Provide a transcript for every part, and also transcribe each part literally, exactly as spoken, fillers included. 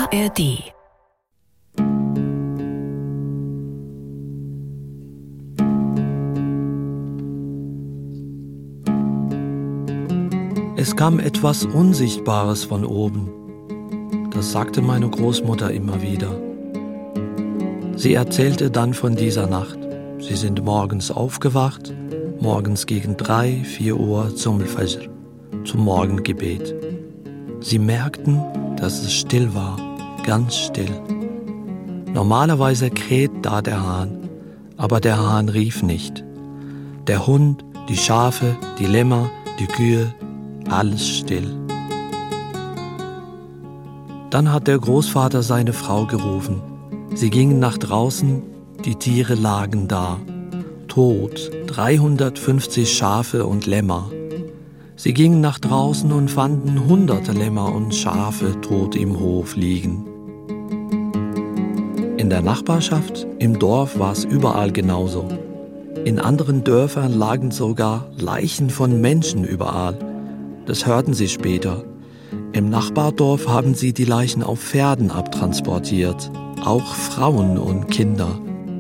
R D. Es kam etwas Unsichtbares von oben. Das sagte meine Großmutter immer wieder. Sie erzählte dann von dieser Nacht. Sie sind morgens aufgewacht, morgens gegen drei, vier Uhr zum Fajr, zum Morgengebet. Sie merkten, dass es still war, ganz still. Normalerweise kräht da der Hahn, aber der Hahn rief nicht. Der Hund, die Schafe, die Lämmer, die Kühe, alles still. Dann hat der Großvater seine Frau gerufen. Sie gingen nach draußen, die Tiere lagen da, tot, dreihundertfünfzig Schafe und Lämmer. Sie gingen nach draußen und fanden hunderte Lämmer und Schafe tot im Hof liegen. In der Nachbarschaft, im Dorf war es überall genauso. In anderen Dörfern lagen sogar Leichen von Menschen überall. Das hörten sie später. Im Nachbardorf haben sie die Leichen auf Pferden abtransportiert, auch Frauen und Kinder.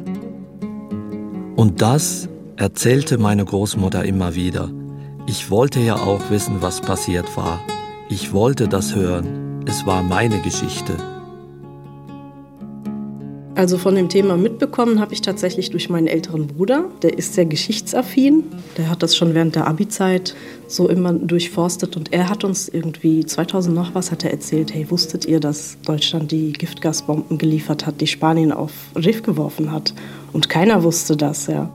Und das erzählte meine Großmutter immer wieder. Ich wollte ja auch wissen, was passiert war. Ich wollte das hören. Es war meine Geschichte. Also von dem Thema mitbekommen habe ich tatsächlich durch meinen älteren Bruder. Der ist sehr geschichtsaffin. Der hat das schon während der Abi-Zeit so immer durchforstet. Und er hat uns irgendwie zweitausend noch was hat er erzählt. Hey, wusstet ihr, dass Deutschland die Giftgasbomben geliefert hat, die Spanien auf Rif geworfen hat? Und keiner wusste das, ja.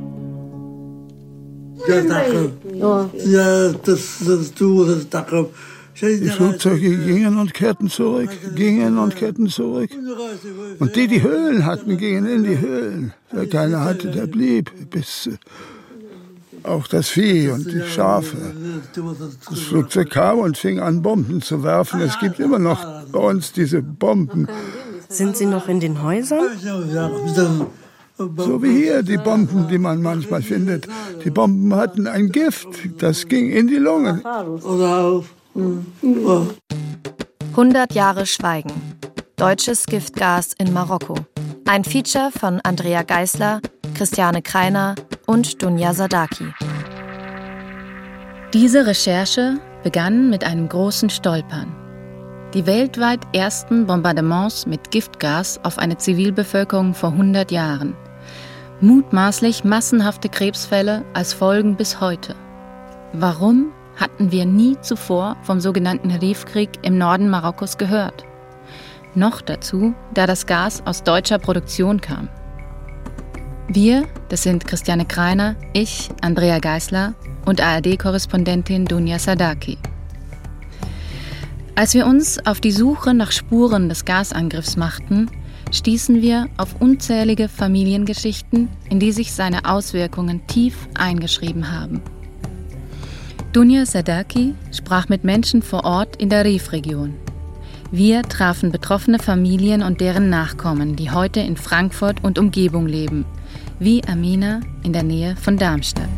Ja, das ist du, das Dach. Die Flugzeuge gingen und kehrten zurück, gingen und kehrten zurück. Und die, die Höhlen hatten, gingen in die Höhlen. Wer keine hatte, der blieb, bis auch das Vieh und die Schafe. Das Flugzeug kam und fing an, Bomben zu werfen. Es gibt immer noch bei uns diese Bomben. Sind sie noch in den Häusern? So wie hier, die Bomben, die man manchmal findet. Die Bomben hatten ein Gift, das ging in die Lungen. hundert Jahre Schweigen. Deutsches Giftgas in Marokko. Ein Feature von Andrea Geisler, Christiane Kreiner und Dunja Sadaki. Diese Recherche begann mit einem großen Stolpern. Die weltweit ersten Bombardements mit Giftgas auf eine Zivilbevölkerung vor hundert Jahren. Mutmaßlich massenhafte Krebsfälle als Folgen bis heute. Warum hatten wir nie zuvor vom sogenannten Rif-Krieg im Norden Marokkos gehört? Noch dazu, da das Gas aus deutscher Produktion kam. Wir, das sind Christiane Kreiner, ich, Andrea Geisler und A R D-Korrespondentin Dunja Sadaki. Als wir uns auf die Suche nach Spuren des Gasangriffs machten, stießen wir auf unzählige Familiengeschichten, in die sich seine Auswirkungen tief eingeschrieben haben. Dunja Sadaki sprach mit Menschen vor Ort in der Rif-Region. Wir trafen betroffene Familien und deren Nachkommen, die heute in Frankfurt und Umgebung leben, wie Amina in der Nähe von Darmstadt.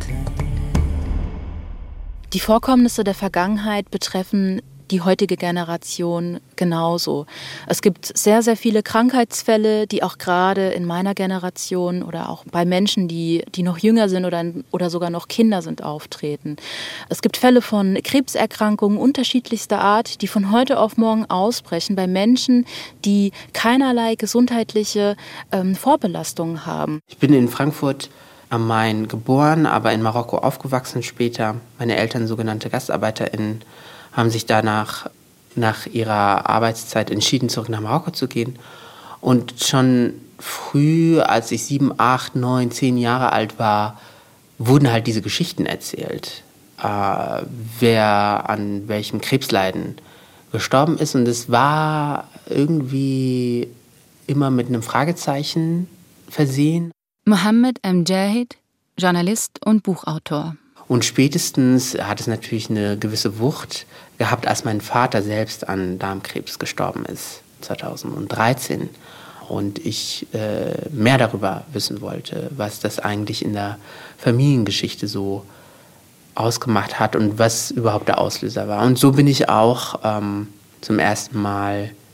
Die Vorkommnisse der Vergangenheit betreffen die heutige Generation genauso. Es gibt sehr, sehr viele Krankheitsfälle, die auch gerade in meiner Generation oder auch bei Menschen, die, die noch jünger sind oder, oder sogar noch Kinder sind, auftreten. Es gibt Fälle von Krebserkrankungen unterschiedlichster Art, die von heute auf morgen ausbrechen bei Menschen, die keinerlei gesundheitliche ähm, Vorbelastungen haben. Ich bin in Frankfurt am Main geboren, aber in Marokko aufgewachsen später. Meine Eltern, sogenannte GastarbeiterInnen, haben sich danach nach ihrer Arbeitszeit entschieden, zurück nach Marokko zu gehen. Und schon früh, als ich sieben, acht, neun, zehn Jahre alt war, wurden halt diese Geschichten erzählt, äh, wer an welchem Krebsleiden gestorben ist. Und es war irgendwie immer mit einem Fragezeichen versehen. Mohammed Mjahid, Journalist und Buchautor. Und spätestens hat es natürlich eine gewisse Wucht gehabt, als mein Vater selbst an Darmkrebs gestorben ist, zweitausenddreizehn. Und ich äh, mehr darüber wissen wollte, was das eigentlich in der Familiengeschichte so ausgemacht hat und was überhaupt der Auslöser war. Und so bin ich auch ähm, zum ersten Mal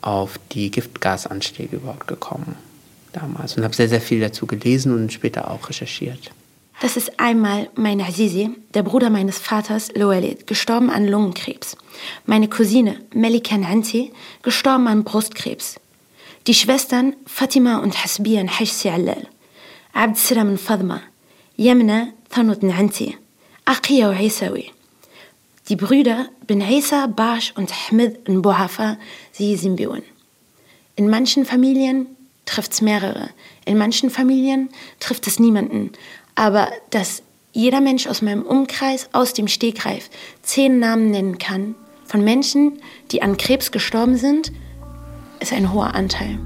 auf die Giftgasanschläge überhaupt gekommen damals und habe sehr, sehr viel dazu gelesen und später auch recherchiert. Das ist einmal mein Azizi, der Bruder meines Vaters, Loueled, gestorben an Lungenkrebs. Meine Cousine, Melika Nanti, gestorben an Brustkrebs. Die Schwestern Fatima und Hasbian Hajsi Allal, Abd Salam Fadma, Yemna Thanut Nanti, Aqiya und Isawi. Die Brüder Ben Isa, Bash und Ahmed Nbouhafa, sie Simbion. In manchen Familien trifft es mehrere, in manchen Familien trifft es niemanden. Aber dass jeder Mensch aus meinem Umkreis aus dem Stegreif zehn Namen nennen kann von Menschen, die an Krebs gestorben sind, ist ein hoher Anteil.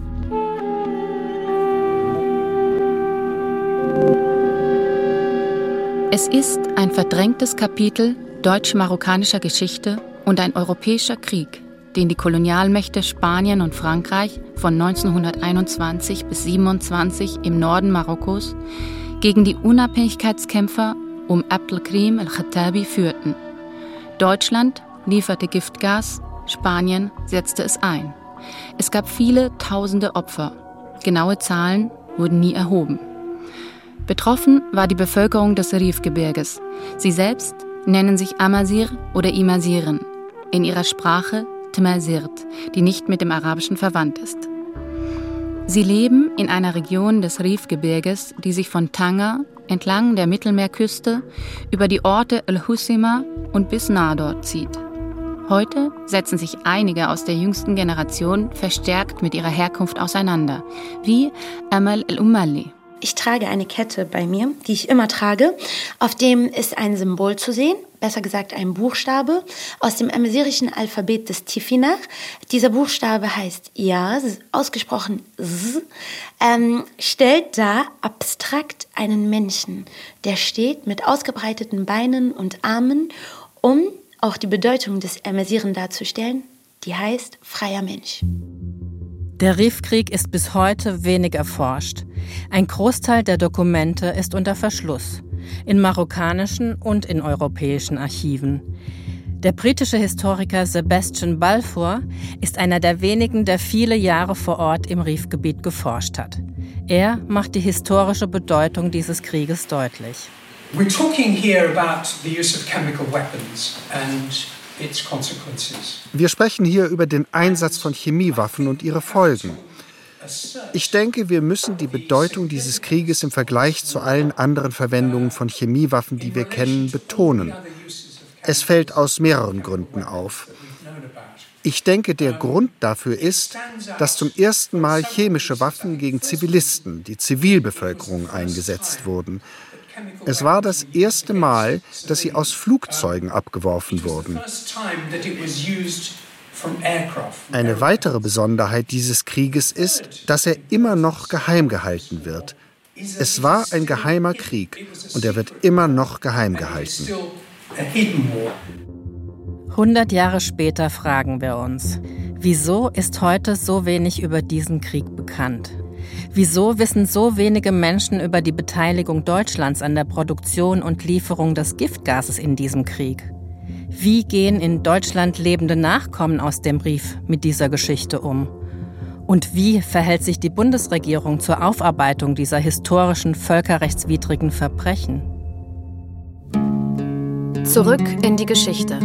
Es ist ein verdrängtes Kapitel deutsch-marokkanischer Geschichte und ein europäischer Krieg, den die Kolonialmächte Spanien und Frankreich von neunzehnhunderteinundzwanzig bis siebenundzwanzig im Norden Marokkos gegen die Unabhängigkeitskämpfer um Abdelkrim al-Khattabi führten. Deutschland lieferte Giftgas, Spanien setzte es ein. Es gab viele tausende Opfer. Genaue Zahlen wurden nie erhoben. Betroffen war die Bevölkerung des Rifgebirges. Sie selbst nennen sich Amazir oder Imaziren, in ihrer Sprache Tmazirt, die nicht mit dem Arabischen verwandt ist. Sie leben in einer Region des Rifgebirges, die sich von Tanger entlang der Mittelmeerküste über die Orte El-Husima und bis Nador zieht. Heute setzen sich einige aus der jüngsten Generation verstärkt mit ihrer Herkunft auseinander, wie Amal El-Umalli. Ich trage eine Kette bei mir, die ich immer trage. Auf dem ist ein Symbol zu sehen, besser gesagt ein Buchstabe, aus dem amazirischen Alphabet des Tifinagh. Dieser Buchstabe heißt Yaz, ausgesprochen Z, ähm, stellt dar abstrakt einen Menschen, der steht mit ausgebreiteten Beinen und Armen, um auch die Bedeutung des Amaziren darzustellen, die heißt freier Mensch. Der Rifkrieg ist bis heute wenig erforscht. Ein Großteil der Dokumente ist unter Verschluss, in marokkanischen und in europäischen Archiven. Der britische Historiker Sebastian Balfour ist einer der wenigen, der viele Jahre vor Ort im Rifgebiet geforscht hat. Er macht die historische Bedeutung dieses Krieges deutlich. We're talking here about the use of chemical weapons and its consequences. Wir sprechen hier über den Einsatz von Chemiewaffen und ihre Folgen. Ich denke, wir müssen die Bedeutung dieses Krieges im Vergleich zu allen anderen Verwendungen von Chemiewaffen, die wir kennen, betonen. Es fällt aus mehreren Gründen auf. Ich denke, der Grund dafür ist, dass zum ersten Mal chemische Waffen gegen Zivilisten, die Zivilbevölkerung, eingesetzt wurden. Es war das erste Mal, dass sie aus Flugzeugen abgeworfen wurden. Eine weitere Besonderheit dieses Krieges ist, dass er immer noch geheim gehalten wird. Es war ein geheimer Krieg und er wird immer noch geheim gehalten. hundert Jahre später fragen wir uns, wieso ist heute so wenig über diesen Krieg bekannt? Wieso wissen so wenige Menschen über die Beteiligung Deutschlands an der Produktion und Lieferung des Giftgases in diesem Krieg? Wie gehen in Deutschland lebende Nachkommen aus dem Rif mit dieser Geschichte um? Und wie verhält sich die Bundesregierung zur Aufarbeitung dieser historischen, völkerrechtswidrigen Verbrechen? Zurück in die Geschichte.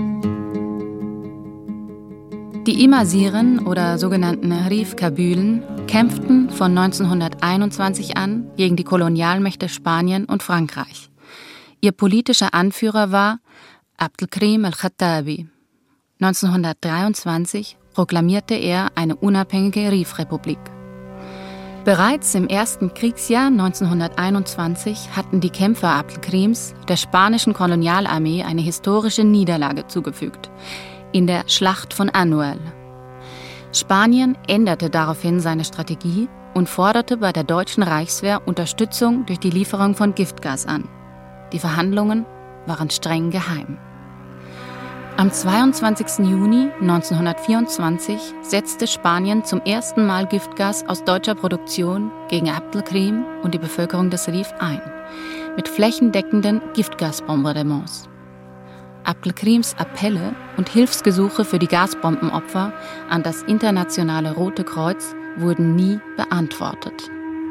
Die Imaziren oder sogenannten Rif-Kabylen kämpften von neunzehnhunderteinundzwanzig an gegen die Kolonialmächte Spanien und Frankreich. Ihr politischer Anführer war Abdelkrim al-Khattabi. neunzehnhundertdreiundzwanzig proklamierte er eine unabhängige Rif-Republik. Bereits im ersten Kriegsjahr neunzehnhunderteinundzwanzig hatten die Kämpfer Abdelkrims der spanischen Kolonialarmee eine historische Niederlage zugefügt, in der Schlacht von Anuel. Spanien änderte daraufhin seine Strategie und forderte bei der deutschen Reichswehr Unterstützung durch die Lieferung von Giftgas an. Die Verhandlungen waren streng geheim. Am zweiundzwanzigsten Juni neunzehnhundertvierundzwanzig setzte Spanien zum ersten Mal Giftgas aus deutscher Produktion gegen Abdelkrim und die Bevölkerung des Rif ein, mit flächendeckenden Giftgasbombardements. Abdelkrims Appelle und Hilfsgesuche für die Gasbombenopfer an das Internationale Rote Kreuz wurden nie beantwortet.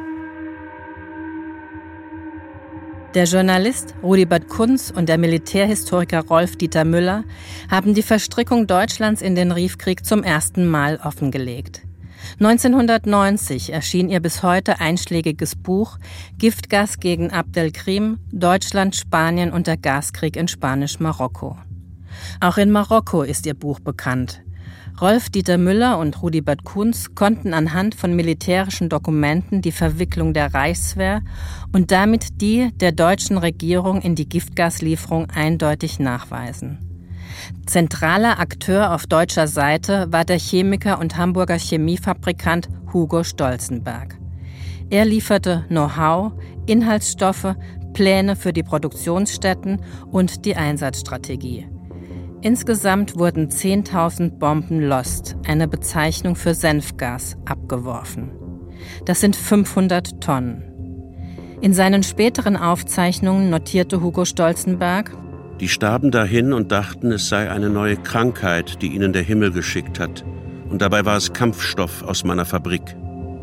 Der Journalist Rudibert Kunz und der Militärhistoriker Rolf-Dieter Müller haben die Verstrickung Deutschlands in den Rifkrieg zum ersten Mal offengelegt. neunzehnhundertneunzig erschien ihr bis heute einschlägiges Buch Giftgas gegen Abdelkrim, Deutschland, Spanien und der Gaskrieg in Spanisch-Marokko. Auch in Marokko ist ihr Buch bekannt. Rolf-Dieter Müller und Rudibert Kunz konnten anhand von militärischen Dokumenten die Verwicklung der Reichswehr und damit die der deutschen Regierung in die Giftgaslieferung eindeutig nachweisen. Zentraler Akteur auf deutscher Seite war der Chemiker und Hamburger Chemiefabrikant Hugo Stolzenberg. Er lieferte Know-how, Inhaltsstoffe, Pläne für die Produktionsstätten und die Einsatzstrategie. Insgesamt wurden zehntausend Bomben Lost, eine Bezeichnung für Senfgas, abgeworfen. Das sind fünfhundert Tonnen. In seinen späteren Aufzeichnungen notierte Hugo Stolzenberg: Die starben dahin und dachten, es sei eine neue Krankheit, die ihnen der Himmel geschickt hat. Und dabei war es Kampfstoff aus meiner Fabrik.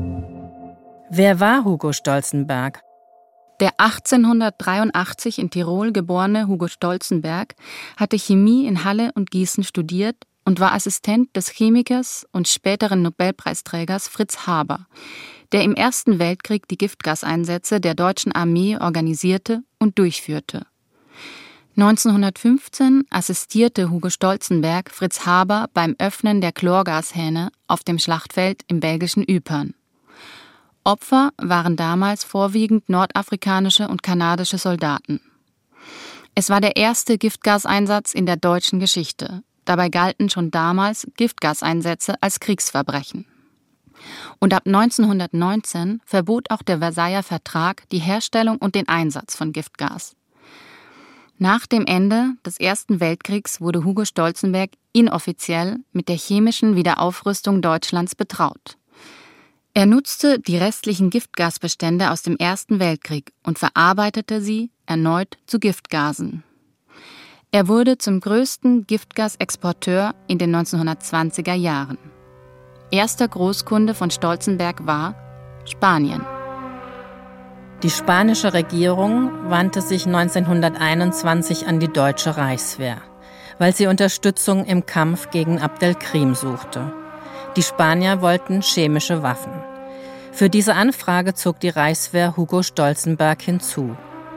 Wer war Hugo Stolzenberg? Der achtzehnhundertdreiundachtzig in Tirol geborene Hugo Stolzenberg hatte Chemie in Halle und Gießen studiert und war Assistent des Chemikers und späteren Nobelpreisträgers Fritz Haber, der im Ersten Weltkrieg die Giftgaseinsätze der deutschen Armee organisierte und durchführte. neunzehnhundertfünfzehn assistierte Hugo Stolzenberg Fritz Haber beim Öffnen der Chlorgashähne auf dem Schlachtfeld im belgischen Ypern. Opfer waren damals vorwiegend nordafrikanische und kanadische Soldaten. Es war der erste Giftgaseinsatz in der deutschen Geschichte. Dabei galten schon damals Giftgaseinsätze als Kriegsverbrechen. Und ab neunzehnhundertneunzehn verbot auch der Versailler Vertrag die Herstellung und den Einsatz von Giftgas. Nach dem Ende des Ersten Weltkriegs wurde Hugo Stolzenberg inoffiziell mit der chemischen Wiederaufrüstung Deutschlands betraut. Er nutzte die restlichen Giftgasbestände aus dem Ersten Weltkrieg und verarbeitete sie erneut zu Giftgasen. Er wurde zum größten Giftgasexporteur in den neunzehnhundertzwanziger Jahren. Erster Großkunde von Stolzenberg war Spanien. Die spanische Regierung wandte sich neunzehnhunderteinundzwanzig an die deutsche Reichswehr, weil sie Unterstützung im Kampf gegen Abdelkrim suchte. Die Spanier wollten chemische Waffen. Für diese Anfrage zog die Reichswehr Hugo Stolzenberg hinzu.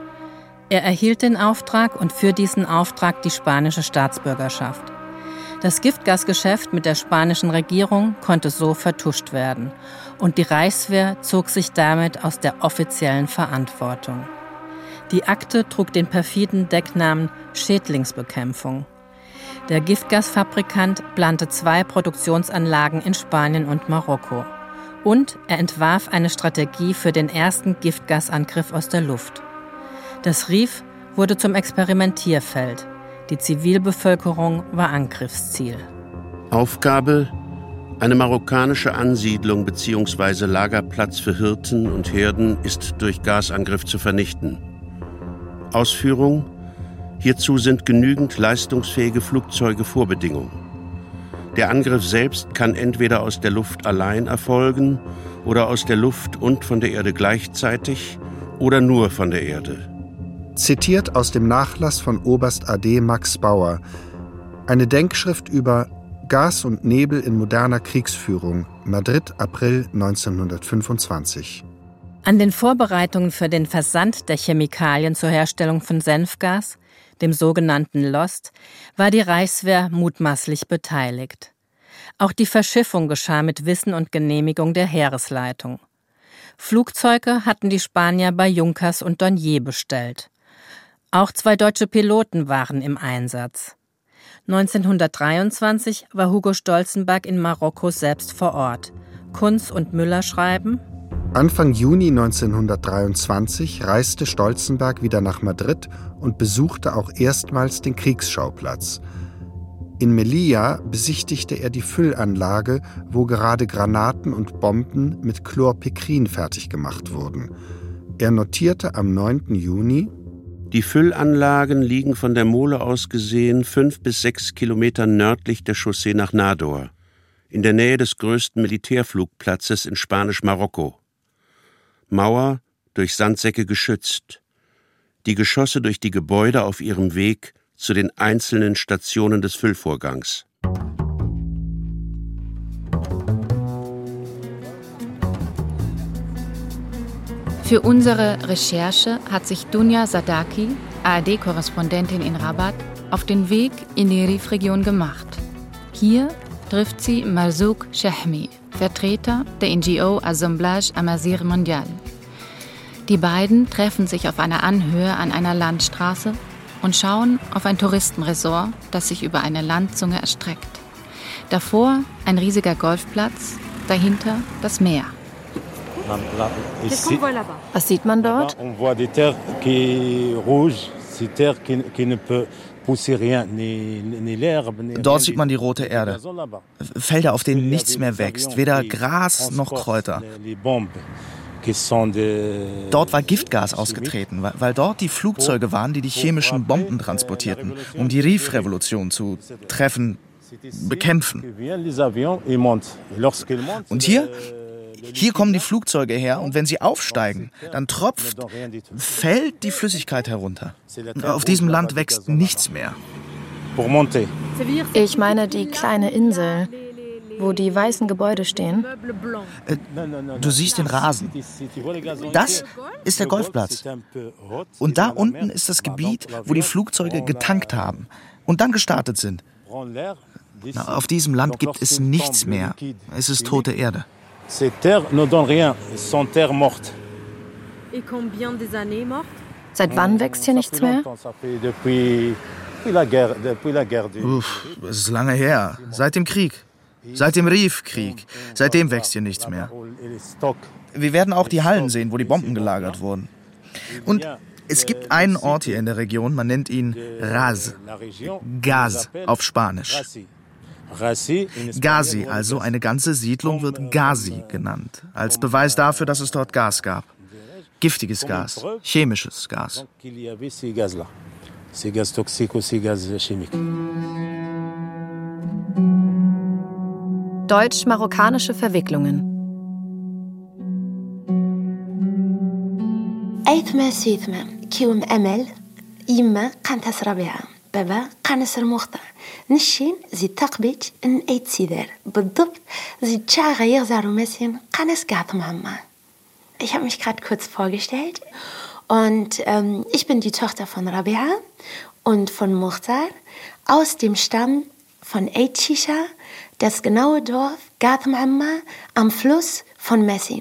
Er erhielt den Auftrag und für diesen Auftrag die spanische Staatsbürgerschaft. Das Giftgasgeschäft mit der spanischen Regierung konnte so vertuscht werden und die Reichswehr zog sich damit aus der offiziellen Verantwortung. Die Akte trug den perfiden Decknamen Schädlingsbekämpfung. Der Giftgasfabrikant plante zwei Produktionsanlagen in Spanien und Marokko. Und er entwarf eine Strategie für den ersten Giftgasangriff aus der Luft. Das Rif wurde zum Experimentierfeld. Die Zivilbevölkerung war Angriffsziel. Aufgabe: Eine marokkanische Ansiedlung bzw. Lagerplatz für Hirten und Herden ist durch Gasangriff zu vernichten. Ausführung: Hierzu sind genügend leistungsfähige Flugzeuge Vorbedingung. Der Angriff selbst kann entweder aus der Luft allein erfolgen oder aus der Luft und von der Erde gleichzeitig oder nur von der Erde. Zitiert aus dem Nachlass von Oberst A D Max Bauer. Eine Denkschrift über Gas und Nebel in moderner Kriegsführung, Madrid, April neunzehnhundertfünfundzwanzig. An den Vorbereitungen für den Versand der Chemikalien zur Herstellung von Senfgas, dem sogenannten Lost, war die Reichswehr mutmaßlich beteiligt. Auch die Verschiffung geschah mit Wissen und Genehmigung der Heeresleitung. Flugzeuge hatten die Spanier bei Junkers und Dornier bestellt. Auch zwei deutsche Piloten waren im Einsatz. neunzehnhundertdreiundzwanzig war Hugo Stolzenberg in Marokko selbst vor Ort. Kunz und Müller schreiben: Anfang Juni neunzehnhundertdreiundzwanzig reiste Stolzenberg wieder nach Madrid und besuchte auch erstmals den Kriegsschauplatz. In Melilla besichtigte er die Füllanlage, wo gerade Granaten und Bomben mit Chlorpikrin fertig gemacht wurden. Er notierte am neunten Juni: Die Füllanlagen liegen von der Mole aus gesehen fünf bis sechs Kilometer nördlich der Chaussee nach Nador, in der Nähe des größten Militärflugplatzes in Spanisch-Marokko. Mauer durch Sandsäcke geschützt. Die Geschosse durch die Gebäude auf ihrem Weg zu den einzelnen Stationen des Füllvorgangs. Für unsere Recherche hat sich Dunja Sadaki, A R D-Korrespondentin in Rabat, auf den Weg in die Rif-Region gemacht. Hier trifft sie Marzouk Chehmi, Vertreter der N G O Assemblage Amazigh Mondial. Die beiden treffen sich auf einer Anhöhe an einer Landstraße und schauen auf ein Touristenresort, das sich über eine Landzunge erstreckt. Davor ein riesiger Golfplatz, dahinter das Meer. Was sieht man dort? Dort sieht man die rote Erde. Felder, auf denen nichts mehr wächst, weder Gras noch Kräuter. Dort war Giftgas ausgetreten, weil dort die Flugzeuge waren, die die chemischen Bomben transportierten, um die Rif-Revolution zu treffen, bekämpfen. Und hier? Hier kommen die Flugzeuge her und wenn sie aufsteigen, dann tropft, fällt die Flüssigkeit herunter. Auf diesem Land wächst nichts mehr. Ich meine die kleine Insel, wo die weißen Gebäude stehen. Äh, du siehst den Rasen. Das ist der Golfplatz. Und da unten ist das Gebiet, wo die Flugzeuge getankt haben und dann gestartet sind. Na, auf diesem Land gibt es nichts mehr. Es ist tote Erde. Seit wann wächst hier nichts mehr? Uff, das ist lange her. Seit dem Krieg. Seit dem Rif-Krieg. Seitdem wächst hier nichts mehr. Wir werden auch die Hallen sehen, wo die Bomben gelagert wurden. Und es gibt einen Ort hier in der Region, man nennt ihn Ras. Gas auf Spanisch. Gazi, also eine ganze Siedlung, wird Gazi genannt, als Beweis dafür, dass es dort Gas gab. Giftiges Gas, chemisches Gas. Deutsch-marokkanische Verwicklungen. أيثما سيثما كيوم أمل يما قنتس ربيعة بابا قنصر مختار نشين زي تقبيج ان ايت سيدار بالضبط زي تشاغا يغزارو مسين قنص قاط ماما. Ich habe mich gerade kurz vorgestellt und ähm, ich bin die Tochter von Rabia und von Mukhtar aus dem Stamm von Eidchisha, das genaue Dorf Ghat Mamma am Fluss von Messin.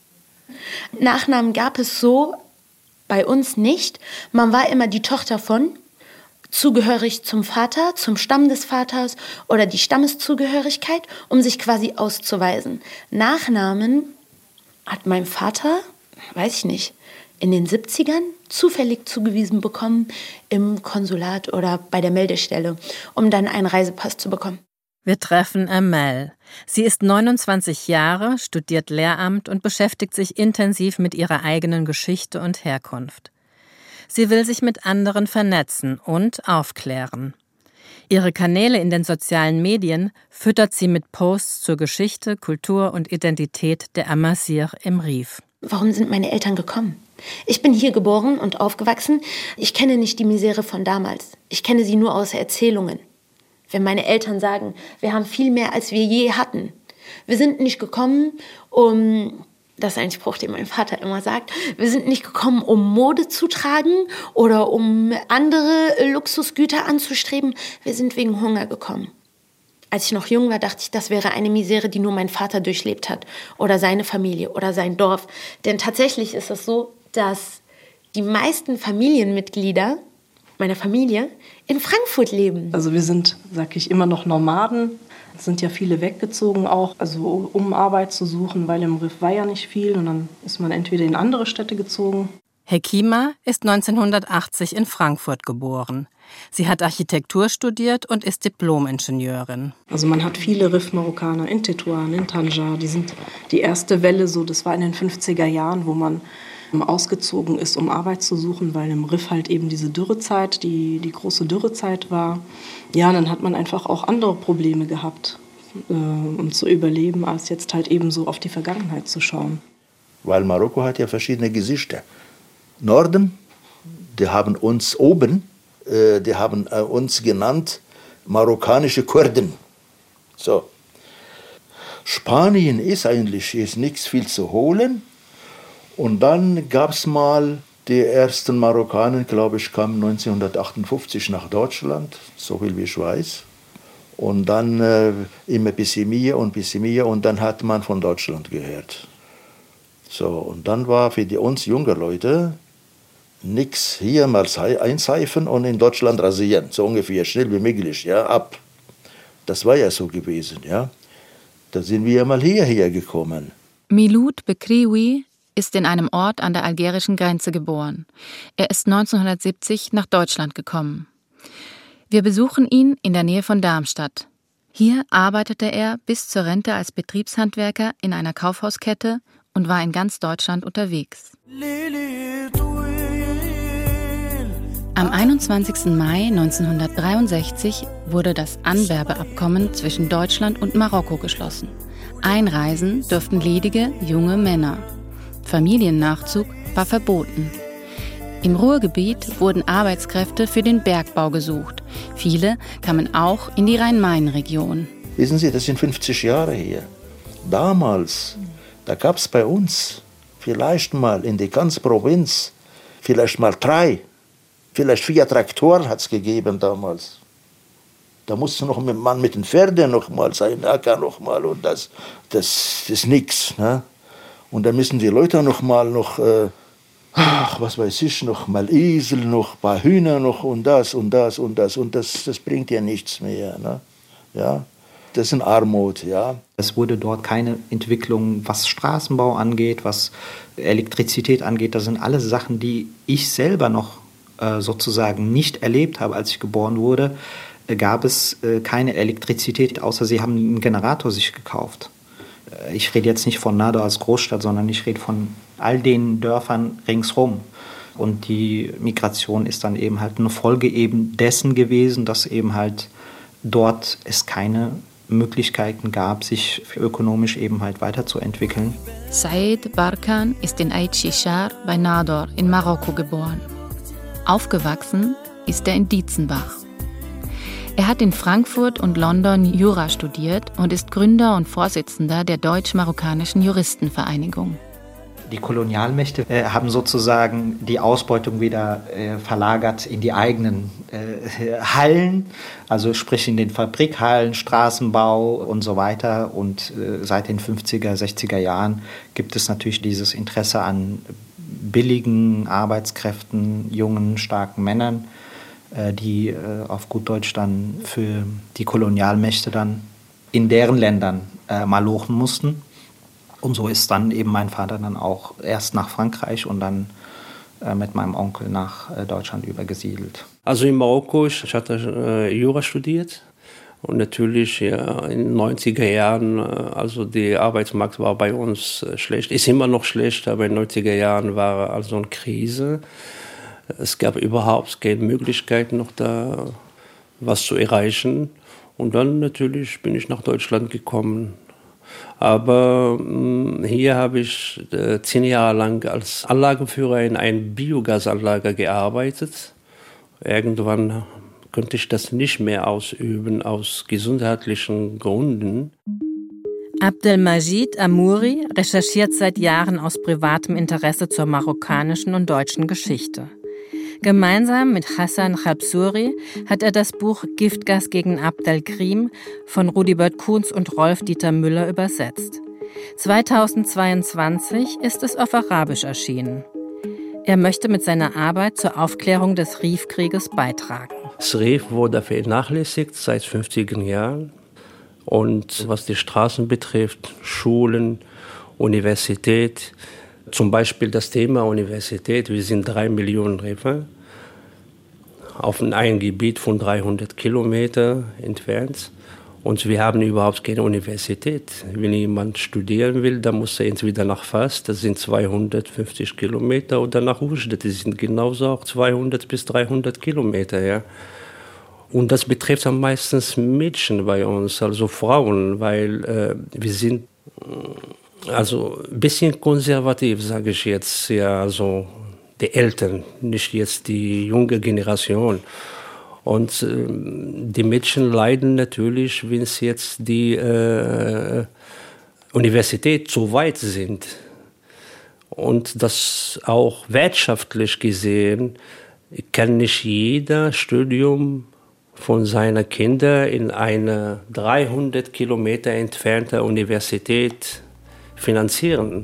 Nachnamen gab es so bei uns nicht. Man war immer die Tochter von, zugehörig zum Vater, zum Stamm des Vaters oder die Stammeszugehörigkeit, um sich quasi auszuweisen. Nachnamen hat mein Vater, weiß ich nicht, in den siebzigern zufällig zugewiesen bekommen im Konsulat oder bei der Meldestelle, um dann einen Reisepass zu bekommen. Wir treffen Amel. Sie ist neunundzwanzig Jahre, studiert Lehramt und beschäftigt sich intensiv mit ihrer eigenen Geschichte und Herkunft. Sie will sich mit anderen vernetzen und aufklären. Ihre Kanäle in den sozialen Medien füttert sie mit Posts zur Geschichte, Kultur und Identität der Amazigh im Rif. Warum sind meine Eltern gekommen? Ich bin hier geboren und aufgewachsen. Ich kenne nicht die Misere von damals. Ich kenne sie nur aus Erzählungen. Wenn meine Eltern sagen, wir haben viel mehr, als wir je hatten. Wir sind nicht gekommen, um, das ist ein Spruch, den mein Vater immer sagt, wir sind nicht gekommen, um Mode zu tragen oder um andere Luxusgüter anzustreben. Wir sind wegen Hunger gekommen. Als ich noch jung war, dachte ich, das wäre eine Misere, die nur mein Vater durchlebt hat oder seine Familie oder sein Dorf. Denn tatsächlich ist es so, dass die meisten Familienmitglieder meiner Familie in Frankfurt leben. Also wir sind, sag ich, immer noch Nomaden. Es sind ja viele weggezogen auch, also um Arbeit zu suchen, weil im Rif war ja nicht viel und dann ist man entweder in andere Städte gezogen. Hekima ist neunzehnhundertachtzig in Frankfurt geboren. Sie hat Architektur studiert und ist Diplom-Ingenieurin. Also man hat viele Rif-Marokkaner in Tétouan, in Tanja. Die sind die erste Welle, so, das war in den fünfziger Jahren, wo man ausgezogen ist, um Arbeit zu suchen, weil im Rif halt eben diese Dürrezeit, die, die große Dürrezeit war. Ja, dann hat man einfach auch andere Probleme gehabt, äh, um zu überleben, als jetzt halt eben so auf die Vergangenheit zu schauen. Weil Marokko hat ja verschiedene Gesichter. Norden, die haben uns oben, äh, die haben äh, uns genannt marokkanische Kurden. So. Spanien ist eigentlich ist nichts viel zu holen. Und dann gab es mal die ersten Marokkaner, glaube ich, kamen neunzehnhundertachtundfünfzig nach Deutschland, so viel wie ich weiß. Und dann äh, immer bisschen mehr und bisschen mehr und dann hat man von Deutschland gehört. So, und dann war für die uns junge Leute nichts hier mal einseifen und in Deutschland rasieren, so ungefähr, schnell wie möglich, ja, ab. Das war ja so gewesen, ja. Da sind wir mal hierher gekommen. Miloud Bekrioui ist in einem Ort an der algerischen Grenze geboren. Er ist neunzehnhundertsiebzig nach Deutschland gekommen. Wir besuchen ihn in der Nähe von Darmstadt. Hier arbeitete er bis zur Rente als Betriebshandwerker in einer Kaufhauskette und war in ganz Deutschland unterwegs. Am einundzwanzigsten Mai neunzehnhundertdreiundsechzig wurde das Anwerbeabkommen zwischen Deutschland und Marokko geschlossen. Einreisen dürften ledige junge Männer. Familiennachzug war verboten. Im Ruhrgebiet wurden Arbeitskräfte für den Bergbau gesucht. Viele kamen auch in die Rhein-Main-Region. Wissen Sie, das sind fünfzig Jahre her. Damals, da gab es bei uns vielleicht mal in der ganzen Provinz, vielleicht mal drei, vielleicht vier Traktoren hat es gegeben damals. Da musste noch ein Mann mit den Pferden noch mal sein, Acker noch mal und das, das, das ist nichts. Ne? Und dann müssen die Leute noch mal, noch, äh, ach, was weiß ich, noch mal Esel, noch ein paar Hühner noch und das und das und das. Und das, das bringt ja nichts mehr. Ne? Ja? Das ist eine Armut, ja. Es wurde dort keine Entwicklung, was Straßenbau angeht, was Elektrizität angeht. Das sind alles Sachen, die ich selber noch äh, sozusagen nicht erlebt habe, als ich geboren wurde. Äh, gab es äh, keine Elektrizität, außer sie haben einen Generator sich gekauft. Ich rede jetzt nicht von Nador als Großstadt, sondern ich rede von all den Dörfern ringsrum. Und die Migration ist dann eben halt eine Folge eben dessen gewesen, dass eben halt dort es keine Möglichkeiten gab, sich ökonomisch eben halt weiterzuentwickeln. Said Barkan ist in Aït Chishar bei Nador in Marokko geboren. Aufgewachsen ist er in Dietzenbach. Er hat in Frankfurt und London Jura studiert und ist Gründer und Vorsitzender der Deutsch-Marokkanischen Juristenvereinigung. Die Kolonialmächte äh, haben sozusagen die Ausbeutung wieder äh, verlagert in die eigenen äh, Hallen, also sprich in den Fabrikhallen, Straßenbau und so weiter. Und äh, seit den fünfziger, sechziger Jahren gibt es natürlich dieses Interesse an billigen Arbeitskräften, jungen, starken Männern, die auf gut Deutsch dann für die Kolonialmächte dann in deren Ländern äh, malochen mussten. Und so ist dann eben mein Vater dann auch erst nach Frankreich und dann äh, mit meinem Onkel nach äh, Deutschland übergesiedelt. Also in Marokko, ich hatte äh, Jura studiert und natürlich ja, in den neunziger Jahren, äh, also der Arbeitsmarkt war bei uns äh, schlecht, ist immer noch schlecht, aber in den neunziger Jahren war also eine Krise. Es gab überhaupt keine Möglichkeit, noch da was zu erreichen. Und dann natürlich bin ich nach Deutschland gekommen. Aber mh, hier habe ich äh, zehn Jahre lang als Anlagenführer in einer Biogasanlage gearbeitet. Irgendwann konnte ich das nicht mehr ausüben aus gesundheitlichen Gründen. Abdelmajid Amouri recherchiert seit Jahren aus privatem Interesse zur marokkanischen und deutschen Geschichte. Gemeinsam mit Hassan Chabsouri hat er das Buch Giftgas gegen Abdelkrim von Rudibert Kunz und Rolf-Dieter Müller übersetzt. zweitausendzweiundzwanzig ist es auf Arabisch erschienen. Er möchte mit seiner Arbeit zur Aufklärung des Rif-Krieges beitragen. Das Rif wurde vernachlässigt seit fünfziger Jahren. Und was die Straßen betrifft, Schulen, Universität, zum Beispiel das Thema Universität, wir sind drei Millionen Rifer auf einem Gebiet von dreihundert Kilometer entfernt. Und wir haben überhaupt keine Universität. Wenn jemand studieren will, dann muss er entweder nach Fas, das sind zweihundertfünfzig Kilometer, oder nach Oujda, das sind genauso auch zweihundert bis dreihundert Kilometer. Ja. Und das betrifft am meisten Mädchen bei uns, also Frauen, weil äh, wir sind also ein bisschen konservativ, sage ich jetzt, ja, also die Eltern, nicht jetzt die junge Generation. Und äh, die Mädchen leiden natürlich, wenn es jetzt die äh, Universität zu weit sind. Und das auch wirtschaftlich gesehen kann nicht jeder Studium von seinen Kindern in eine dreihundert Kilometer entfernte Universität finanzieren.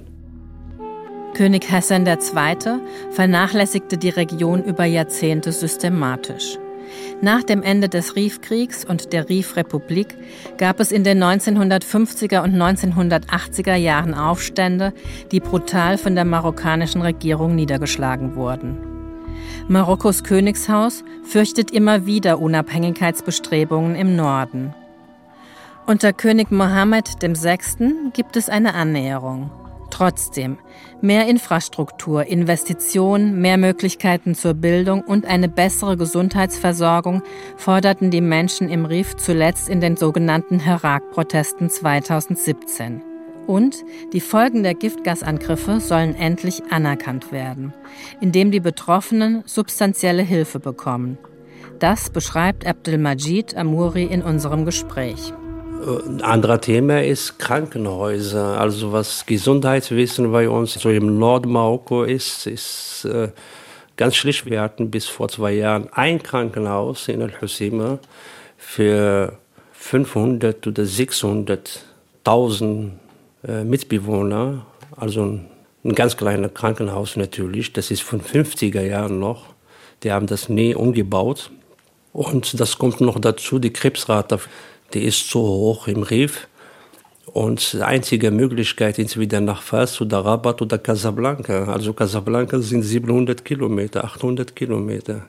König Hassan der Zweite vernachlässigte die Region über Jahrzehnte systematisch. Nach dem Ende des Rif-Kriegs und der Rif-Republik gab es in den neunzehnhundertfünfziger und neunzehnhundertachtziger Jahren Aufstände, die brutal von der marokkanischen Regierung niedergeschlagen wurden. Marokkos Königshaus fürchtet immer wieder Unabhängigkeitsbestrebungen im Norden. Unter König Mohammed der Sechste gibt es eine Annäherung. Trotzdem, mehr Infrastruktur, Investitionen, mehr Möglichkeiten zur Bildung und eine bessere Gesundheitsversorgung forderten die Menschen im Rif zuletzt in den sogenannten Herak-Protesten zweitausendsiebzehn. Und die Folgen der Giftgasangriffe sollen endlich anerkannt werden, indem die Betroffenen substanzielle Hilfe bekommen. Das beschreibt Abdelmajid Amouri in unserem Gespräch. Ein anderes Thema ist Krankenhäuser. Also was Gesundheitswesen bei uns so im Nordmarokko ist, ist äh, ganz schlicht. Wir hatten bis vor zwei Jahren ein Krankenhaus in Al-Hoceima für fünfhundert oder sechshunderttausend äh, Mitbewohner. Also ein, ein ganz kleines Krankenhaus natürlich. Das ist von fünfziger Jahren noch. Die haben das nie umgebaut. Und das kommt noch dazu, die Krebsrate. Die ist so hoch im Rif. Und die einzige Möglichkeit ist wieder nach Fas oder Rabat oder Casablanca. Also Casablanca sind siebenhundert Kilometer, achthundert Kilometer.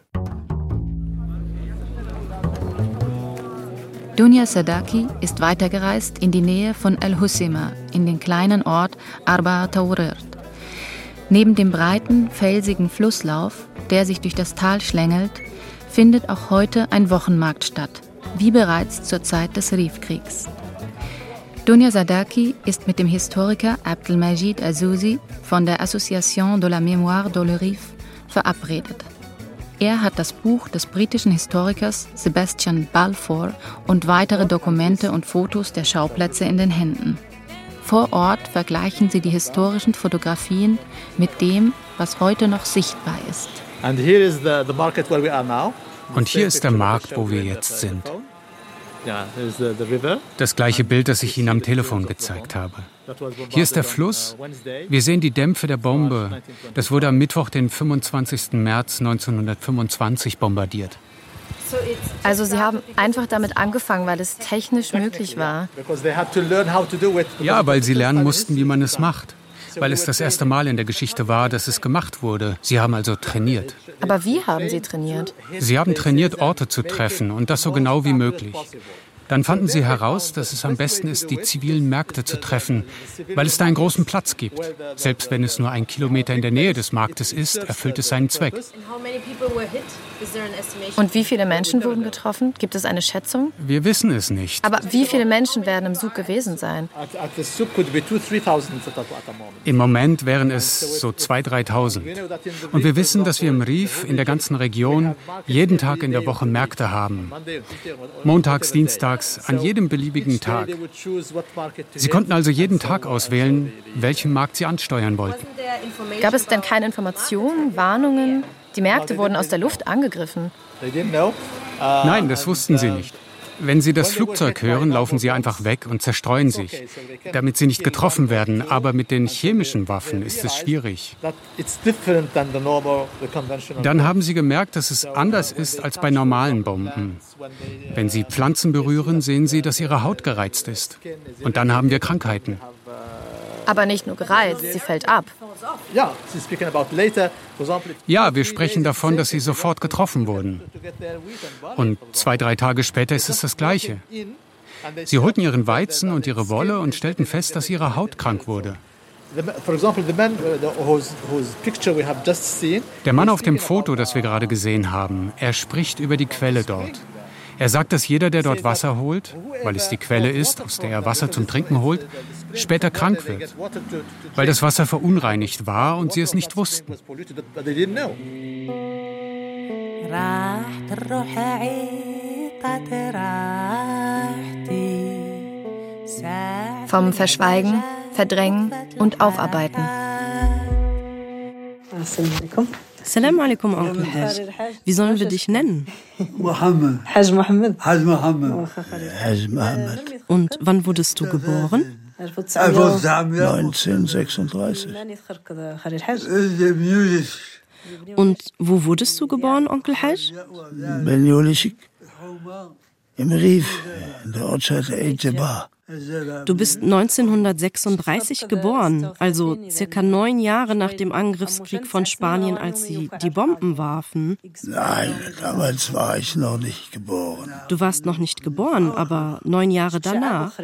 Dunya Sadaki ist weitergereist in die Nähe von Al-Hoceima, in den kleinen Ort Arba Tawrirt. Neben dem breiten, felsigen Flusslauf, der sich durch das Tal schlängelt, findet auch heute ein Wochenmarkt statt, wie bereits zur Zeit des Rif-Kriegs. Dunya Sadaki ist mit dem Historiker Abdelmajid Azzouzi von der Association de la Mémoire de le Rif verabredet. Er hat das Buch des britischen Historikers Sebastian Balfour und weitere Dokumente und Fotos der Schauplätze in den Händen. Vor Ort vergleichen sie die historischen Fotografien mit dem, was heute noch sichtbar ist. Und hier ist der Markt, wo wir jetzt sind. Das gleiche Bild, das ich Ihnen am Telefon gezeigt habe. Hier ist der Fluss. Wir sehen die Dämpfe der Bombe. Das wurde am Mittwoch, den fünfundzwanzigsten März neunzehnhundertfünfundzwanzig, bombardiert. Also Sie haben einfach damit angefangen, weil es technisch möglich war. Ja, weil sie lernen mussten, wie man es macht. Weil es das erste Mal in der Geschichte war, dass es gemacht wurde. Sie haben also trainiert. Aber wie haben Sie trainiert? Sie haben trainiert, Orte zu treffen und das so genau wie möglich. Dann fanden sie heraus, dass es am besten ist, die zivilen Märkte zu treffen, weil es da einen großen Platz gibt. Selbst wenn es nur ein Kilometer in der Nähe des Marktes ist, erfüllt es seinen Zweck. Und wie viele Menschen wurden getroffen? Gibt es eine Schätzung? Wir wissen es nicht. Aber wie viele Menschen werden im Souk gewesen sein? Im Moment wären es so zweitausend, dreitausend. Und wir wissen, dass wir im Rif in der ganzen Region jeden Tag in der Woche Märkte haben. Montags, Dienstags, an jedem beliebigen Tag. Sie konnten also jeden Tag auswählen, welchen Markt sie ansteuern wollten. Gab es denn keine Informationen, Warnungen? Die Märkte wurden aus der Luft angegriffen. Nein, das wussten sie nicht. Wenn sie das Flugzeug hören, laufen sie einfach weg und zerstreuen sich, damit sie nicht getroffen werden. Aber mit den chemischen Waffen ist es schwierig. Dann haben sie gemerkt, dass es anders ist als bei normalen Bomben. Wenn sie Pflanzen berühren, sehen sie, dass ihre Haut gereizt ist. Und dann haben wir Krankheiten. Aber nicht nur gereizt, sie fällt ab. Ja, wir sprechen davon, dass sie sofort getroffen wurden. Und zwei, drei Tage später ist es das Gleiche. Sie holten ihren Weizen und ihre Wolle und stellten fest, dass ihre Haut krank wurde. Der Mann auf dem Foto, das wir gerade gesehen haben, er spricht über die Quelle dort. Er sagt, dass jeder, der dort Wasser holt, weil es die Quelle ist, aus der er Wasser zum Trinken holt, später krank wird, weil das Wasser verunreinigt war und sie es nicht wussten. Vom Verschweigen, Verdrängen und Aufarbeiten. Assalamu alaikum, Onkel Haj. Wie sollen wir dich nennen? Mohammed. Haj Mohammed. Haj Mohammed. Haj Mohammed. Und wann wurdest du geboren? neunzehnhundertsechsunddreißig. Und wo wurdest du geboren, Onkel Haj? Ben Yulishik. Im Rif, in der Ortschaft Ejeba. Du bist neunzehnhundertsechsunddreißig geboren, also circa neun Jahre nach dem Angriffskrieg von Spanien, als sie die Bomben warfen. Nein, damals war ich noch nicht geboren. Du warst noch nicht geboren, aber neun Jahre danach.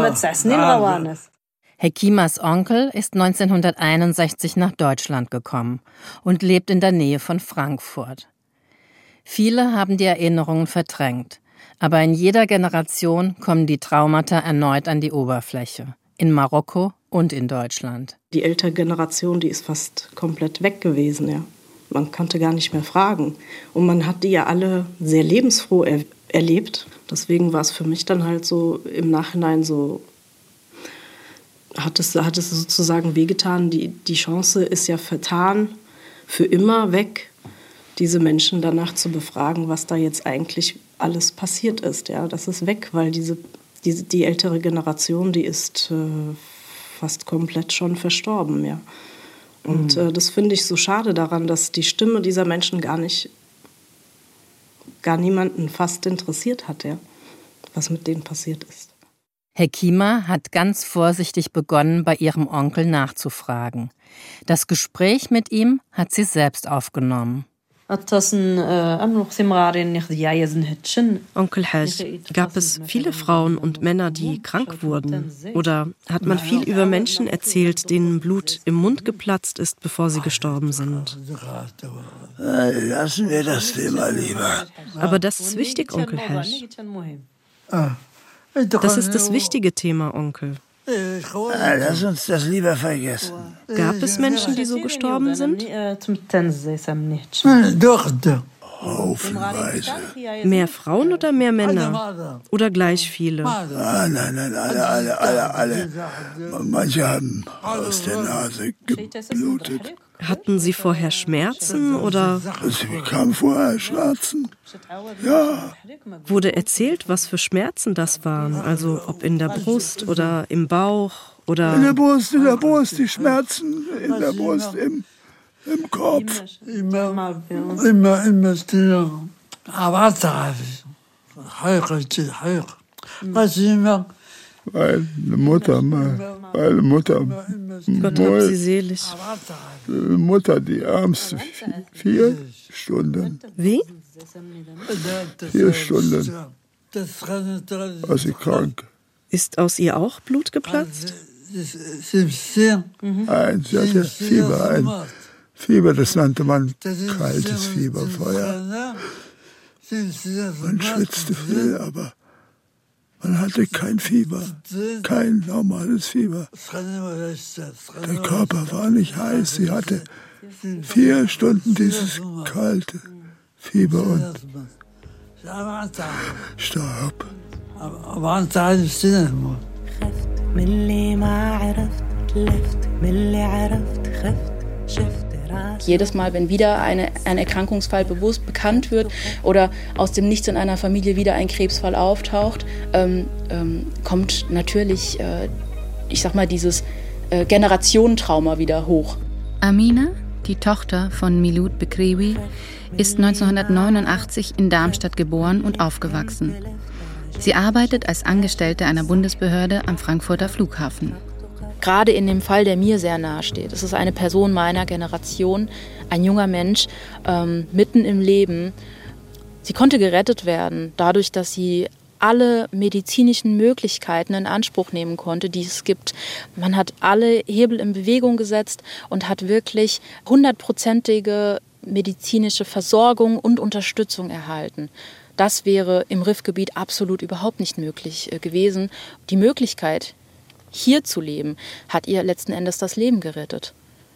Hekimas Onkel ist neunzehnhunderteinundsechzig nach Deutschland gekommen und lebt in der Nähe von Frankfurt. Viele haben die Erinnerungen verdrängt. Aber in jeder Generation kommen die Traumata erneut an die Oberfläche. In Marokko und in Deutschland. Die ältere Generation, die ist fast komplett weg gewesen, ja. Man konnte gar nicht mehr fragen. Und man hat die ja alle sehr lebensfroh er- erlebt. Deswegen war es für mich dann halt so im Nachhinein so, hat es, hat es sozusagen wehgetan. Die, die Chance ist ja vertan, für immer weg, diese Menschen danach zu befragen, was da jetzt eigentlich alles passiert ist. Ja, das ist weg, weil diese, diese, die ältere Generation, die ist äh, fast komplett schon verstorben. Ja. Und mhm. äh, das finde ich so schade daran, dass die Stimme dieser Menschen gar nicht, gar niemanden fast interessiert hat, ja, was mit denen passiert ist. Hekima hat ganz vorsichtig begonnen, bei ihrem Onkel nachzufragen. Das Gespräch mit ihm hat sie selbst aufgenommen. Onkel Haj, gab es viele Frauen und Männer, die krank wurden? Oder hat man viel über Menschen erzählt, denen Blut im Mund geplatzt ist, bevor sie gestorben sind? Lassen wir das Thema lieber. Aber das ist wichtig, Onkel Haj. Das ist das wichtige Thema, Onkel. Lass uns das lieber vergessen. Gab es Menschen, die so gestorben sind? Haufenweise. Mehr Frauen oder mehr Männer? Oder gleich viele? Ah, nein, nein, alle, alle, alle, alle. Manche haben aus der Nase geblutet. Hatten sie vorher Schmerzen oder? Sie bekamen vorher Schmerzen. Ja. Wurde erzählt, was für Schmerzen das waren? Also ob in der Brust oder im Bauch oder? In der Brust, in der Brust, die Schmerzen in der Brust, im, im Kopf. Immer, immer, immer still. Aber das ist immer. Meine Mutter, meine Mutter, Gott hab sie selig. Mutter, die ärmste, vier Stunden. Wie? Vier Stunden war sie krank. Ist aus ihr auch Blut geplatzt? Nein, sie hatte Fieber, ein Fieber, das nannte man kaltes Fieberfeuer. Man schwitzte viel, aber man hatte kein Fieber, kein normales Fieber. Der Körper war nicht heiß, sie hatte vier Stunden dieses kalte Fieber und starb. Jedes Mal, wenn wieder eine, ein Erkrankungsfall bewusst bekannt wird oder aus dem Nichts in einer Familie wieder ein Krebsfall auftaucht, ähm, ähm, kommt natürlich, äh, ich sag mal, dieses äh, Generationentrauma wieder hoch. Amina, die Tochter von Milud Bekrewi, ist neunzehnhundertneunundachtzig in Darmstadt geboren und aufgewachsen. Sie arbeitet als Angestellte einer Bundesbehörde am Frankfurter Flughafen. Gerade in dem Fall, der mir sehr nahe steht. Es ist eine Person meiner Generation, ein junger Mensch, ähm, mitten im Leben. Sie konnte gerettet werden, dadurch, dass sie alle medizinischen Möglichkeiten in Anspruch nehmen konnte, die es gibt. Man hat alle Hebel in Bewegung gesetzt und hat wirklich hundertprozentige medizinische Versorgung und Unterstützung erhalten. Das wäre im Rifgebiet absolut überhaupt nicht möglich gewesen. Die Möglichkeit, hier zu leben, hat ihr letzten Endes das Leben gerettet.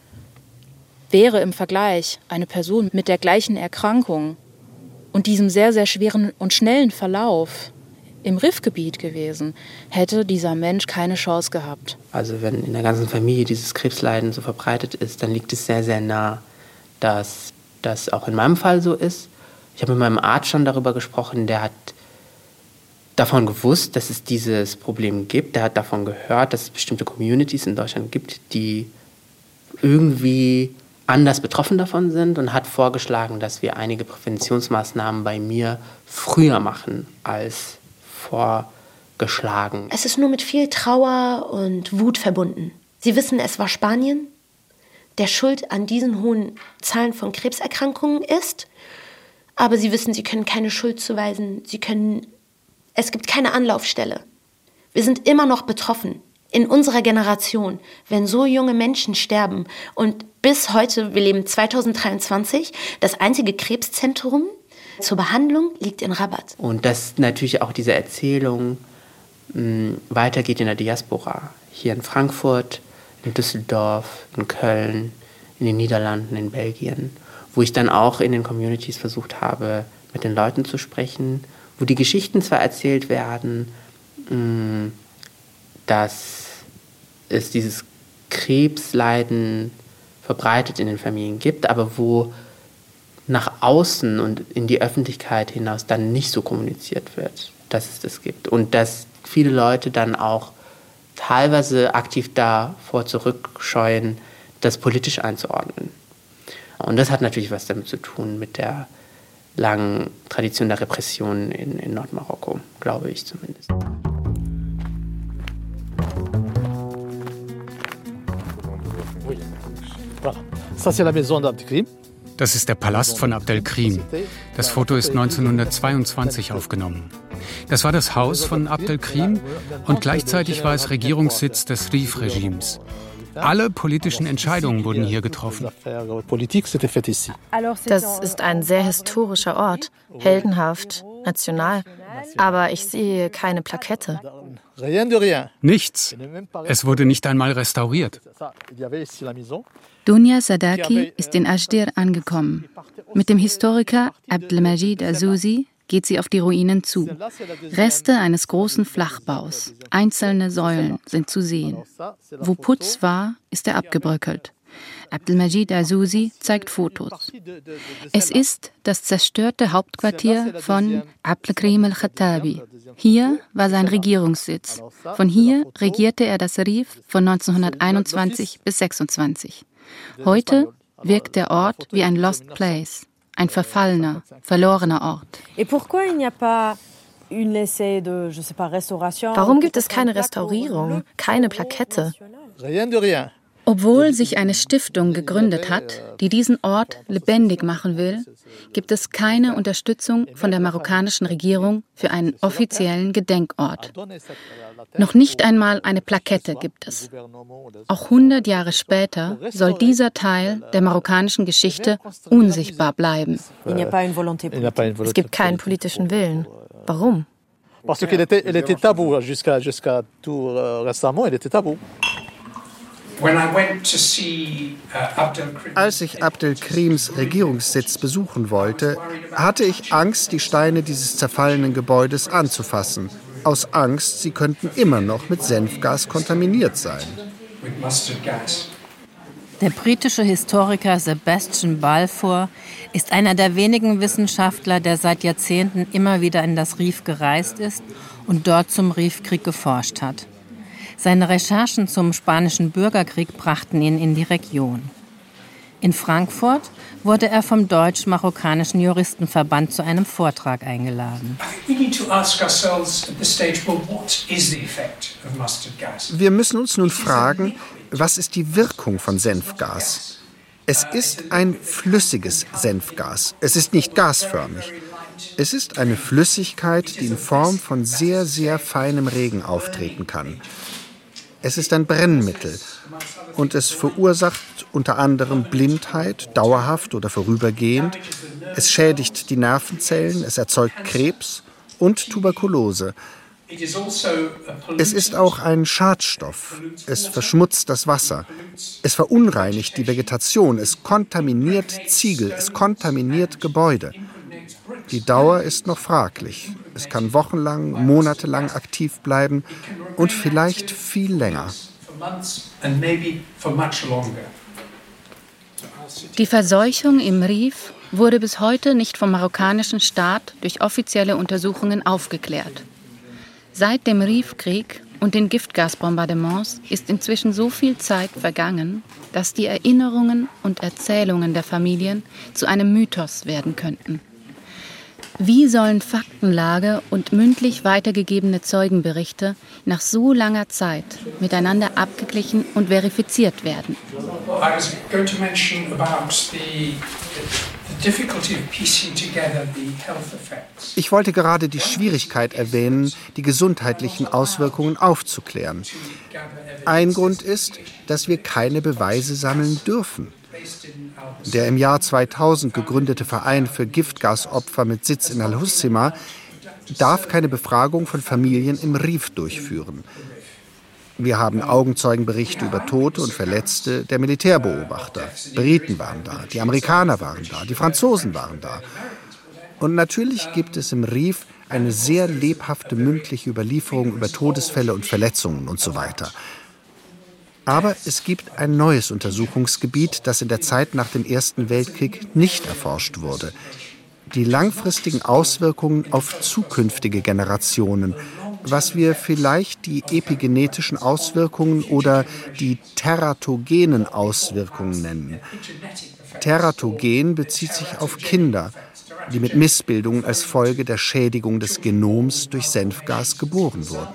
Wäre im Vergleich eine Person mit der gleichen Erkrankung und diesem sehr, sehr schweren und schnellen Verlauf im Rifgebiet gewesen, hätte dieser Mensch keine Chance gehabt. Also wenn in der ganzen Familie dieses Krebsleiden so verbreitet ist, dann liegt es sehr, sehr nah, dass das auch in meinem Fall so ist. Ich habe mit meinem Arzt schon darüber gesprochen, der hat davon gewusst, dass es dieses Problem gibt. Der hat davon gehört, dass es bestimmte Communities in Deutschland gibt, die irgendwie anders betroffen davon sind und hat vorgeschlagen, dass wir einige Präventionsmaßnahmen bei mir früher machen als vorgeschlagen. Es ist nur mit viel Trauer und Wut verbunden. Sie wissen, es war Spanien, der schuld an diesen hohen Zahlen von Krebserkrankungen ist. Aber sie wissen, sie können keine Schuld zuweisen. Sie können, es gibt keine Anlaufstelle. Wir sind immer noch betroffen. In unserer Generation, wenn so junge Menschen sterben. Und bis heute, wir leben zweitausenddreiundzwanzig, das einzige Krebszentrum zur Behandlung liegt in Rabat. Und dass natürlich auch diese Erzählung mh, weitergeht in der Diaspora. Hier in Frankfurt, in Düsseldorf, in Köln, in den Niederlanden, in Belgien. Wo ich dann auch in den Communities versucht habe, mit den Leuten zu sprechen. Wo die Geschichten zwar erzählt werden, mh, dass es dieses Krebsleiden verbreitet in den Familien gibt, aber wo nach außen und in die Öffentlichkeit hinaus dann nicht so kommuniziert wird, dass es das gibt. Und dass viele Leute dann auch teilweise aktiv davor zurückscheuen, das politisch einzuordnen. Und das hat natürlich was damit zu tun mit der langen Tradition der Repression in, in Nordmarokko, glaube ich zumindest. Das ist der Palast von Abdelkrim. Das Foto ist neunzehnhundertzweiundzwanzig aufgenommen. Das war das Haus von Abdelkrim und gleichzeitig war es Regierungssitz des Rif-Regimes. Alle politischen Entscheidungen wurden hier getroffen. Das ist ein sehr historischer Ort, heldenhaft, national. Aber ich sehe keine Plakette. Nichts. Es wurde nicht einmal restauriert. Dunya Sadaki ist in Ajdir angekommen. Mit dem Historiker Abdelmajid Azzouzi geht sie auf die Ruinen zu. Reste eines großen Flachbaus, einzelne Säulen sind zu sehen. Wo Putz war, ist er abgebröckelt. Abdelmajid Azzouzi zeigt Fotos. Es ist das zerstörte Hauptquartier von Abdelkrim al-Khattabi. Hier war sein Regierungssitz. Von hier regierte er das Rif von neunzehnhunderteinundzwanzig bis sechsundzwanzig. Heute wirkt der Ort wie ein Lost Place, ein verfallener, verlorener Ort. Warum gibt es keine Restaurierung, keine Plakette? Obwohl sich eine Stiftung gegründet hat, die diesen Ort lebendig machen will, gibt es keine Unterstützung von der marokkanischen Regierung für einen offiziellen Gedenkort. Noch nicht einmal eine Plakette gibt es. Auch hundert Jahre später soll dieser Teil der marokkanischen Geschichte unsichtbar bleiben. Es gibt keinen politischen Willen. Warum? Parce qu'elle était, elle était tabou jusqu'à jusqu'à tout récemment, elle était tabou. Als ich Abdelkrims Regierungssitz besuchen wollte, hatte ich Angst, die Steine dieses zerfallenen Gebäudes anzufassen. Aus Angst, sie könnten immer noch mit Senfgas kontaminiert sein. Der britische Historiker Sebastian Balfour ist einer der wenigen Wissenschaftler, der seit Jahrzehnten immer wieder in das Rif gereist ist und dort zum Rifkrieg geforscht hat. Seine Recherchen zum Spanischen Bürgerkrieg brachten ihn in die Region. In Frankfurt wurde er vom Deutsch-Marokkanischen Juristenverband zu einem Vortrag eingeladen. Wir müssen uns nun fragen, was ist die Wirkung von Senfgas? Es ist ein flüssiges Senfgas. Es ist nicht gasförmig. Es ist eine Flüssigkeit, die in Form von sehr, sehr feinem Regen auftreten kann. Es ist ein Brennmittel und es verursacht unter anderem Blindheit, dauerhaft oder vorübergehend. Es schädigt die Nervenzellen, es erzeugt Krebs und Tuberkulose. Es ist auch ein Schadstoff. Es verschmutzt das Wasser. Es verunreinigt die Vegetation. Es kontaminiert Ziegel. Es kontaminiert Gebäude. Die Dauer ist noch fraglich. Es kann wochenlang, monatelang aktiv bleiben und vielleicht viel länger. Die Verseuchung im Rif wurde bis heute nicht vom marokkanischen Staat durch offizielle Untersuchungen aufgeklärt. Seit dem Rifkrieg und den Giftgasbombardements ist inzwischen so viel Zeit vergangen, dass die Erinnerungen und Erzählungen der Familien zu einem Mythos werden könnten. Wie sollen Faktenlage und mündlich weitergegebene Zeugenberichte nach so langer Zeit miteinander abgeglichen und verifiziert werden? I was going to mention about the, the difficulty of piecing together the health effects. Ich wollte gerade die Schwierigkeit erwähnen, die gesundheitlichen Auswirkungen aufzuklären. Ein Grund ist, dass wir keine Beweise sammeln dürfen. Der im Jahr zweitausend gegründete Verein für Giftgasopfer mit Sitz in Al-Husima darf keine Befragung von Familien im Rif durchführen. Wir haben Augenzeugenberichte über Tote und Verletzte der Militärbeobachter. Briten waren da, die Amerikaner waren da, die Franzosen waren da. Und natürlich gibt es im Rif eine sehr lebhafte mündliche Überlieferung über Todesfälle und Verletzungen und so weiter. Aber es gibt ein neues Untersuchungsgebiet, das in der Zeit nach dem Ersten Weltkrieg nicht erforscht wurde. Die langfristigen Auswirkungen auf zukünftige Generationen, was wir vielleicht die epigenetischen Auswirkungen oder die teratogenen Auswirkungen nennen. Teratogen bezieht sich auf Kinder, die mit Missbildungen als Folge der Schädigung des Genoms durch Senfgas geboren wurden.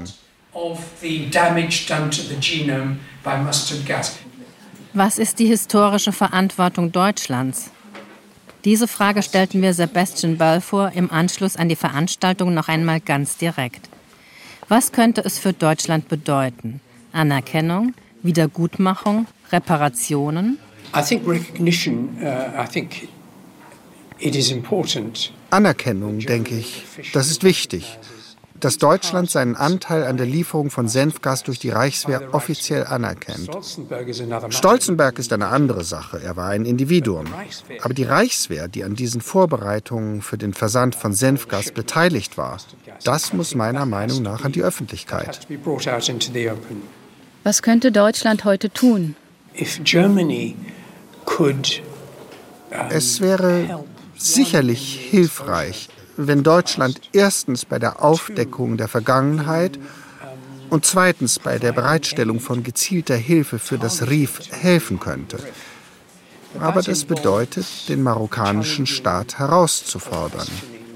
Was ist die historische Verantwortung Deutschlands? Diese Frage stellten wir Sebastian Balfour im Anschluss an die Veranstaltung noch einmal ganz direkt. Was könnte es für Deutschland bedeuten? Anerkennung, Wiedergutmachung, Reparationen? I think recognition, uh, I think it is important. Anerkennung, denke ich, das ist wichtig. Dass Deutschland seinen Anteil an der Lieferung von Senfgas durch die Reichswehr offiziell anerkennt. Stolzenberg ist eine andere Sache, er war ein Individuum. Aber die Reichswehr, die an diesen Vorbereitungen für den Versand von Senfgas beteiligt war, das muss meiner Meinung nach an die Öffentlichkeit. Was könnte Deutschland heute tun? Es wäre sicherlich hilfreich, wenn Deutschland erstens bei der Aufdeckung der Vergangenheit und zweitens bei der Bereitstellung von gezielter Hilfe für das Rif helfen könnte. Aber das bedeutet, den marokkanischen Staat herauszufordern.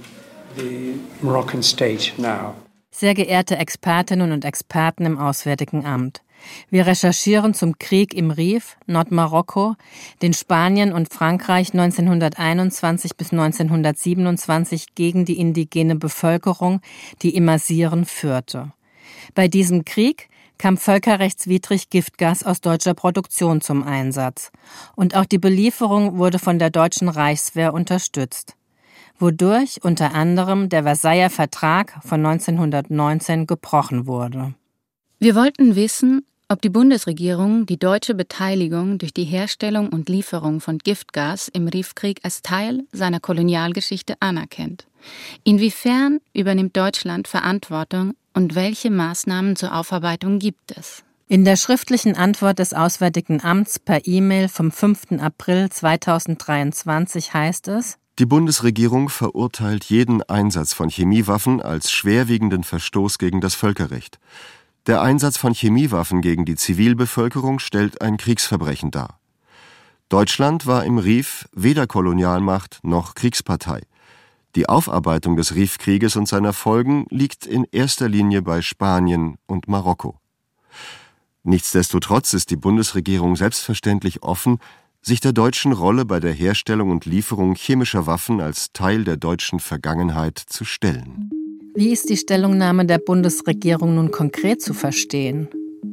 Sehr geehrte Expertinnen und Experten im Auswärtigen Amt, wir recherchieren zum Krieg im Rif, Nordmarokko, den Spanien und Frankreich neunzehnhunderteinundzwanzig bis neunzehnhundertsiebenundzwanzig gegen die indigene Bevölkerung, die im Massieren führte. Bei diesem Krieg kam völkerrechtswidrig Giftgas aus deutscher Produktion zum Einsatz. Und auch die Belieferung wurde von der deutschen Reichswehr unterstützt, wodurch unter anderem der Versailler Vertrag von neunzehnhundertneunzehn gebrochen wurde. Wir wollten wissen, ob die Bundesregierung die deutsche Beteiligung durch die Herstellung und Lieferung von Giftgas im Rifkrieg als Teil seiner Kolonialgeschichte anerkennt. Inwiefern übernimmt Deutschland Verantwortung und welche Maßnahmen zur Aufarbeitung gibt es? In der schriftlichen Antwort des Auswärtigen Amts per E-Mail vom fünften April zweitausenddreiundzwanzig heißt es: Die Bundesregierung verurteilt jeden Einsatz von Chemiewaffen als schwerwiegenden Verstoß gegen das Völkerrecht. Der Einsatz von Chemiewaffen gegen die Zivilbevölkerung stellt ein Kriegsverbrechen dar. Deutschland war im Rif weder Kolonialmacht noch Kriegspartei. Die Aufarbeitung des Rifkrieges und seiner Folgen liegt in erster Linie bei Spanien und Marokko. Nichtsdestotrotz ist die Bundesregierung selbstverständlich offen, sich der deutschen Rolle bei der Herstellung und Lieferung chemischer Waffen als Teil der deutschen Vergangenheit zu stellen. Wie ist die Stellungnahme der Bundesregierung nun konkret zu verstehen?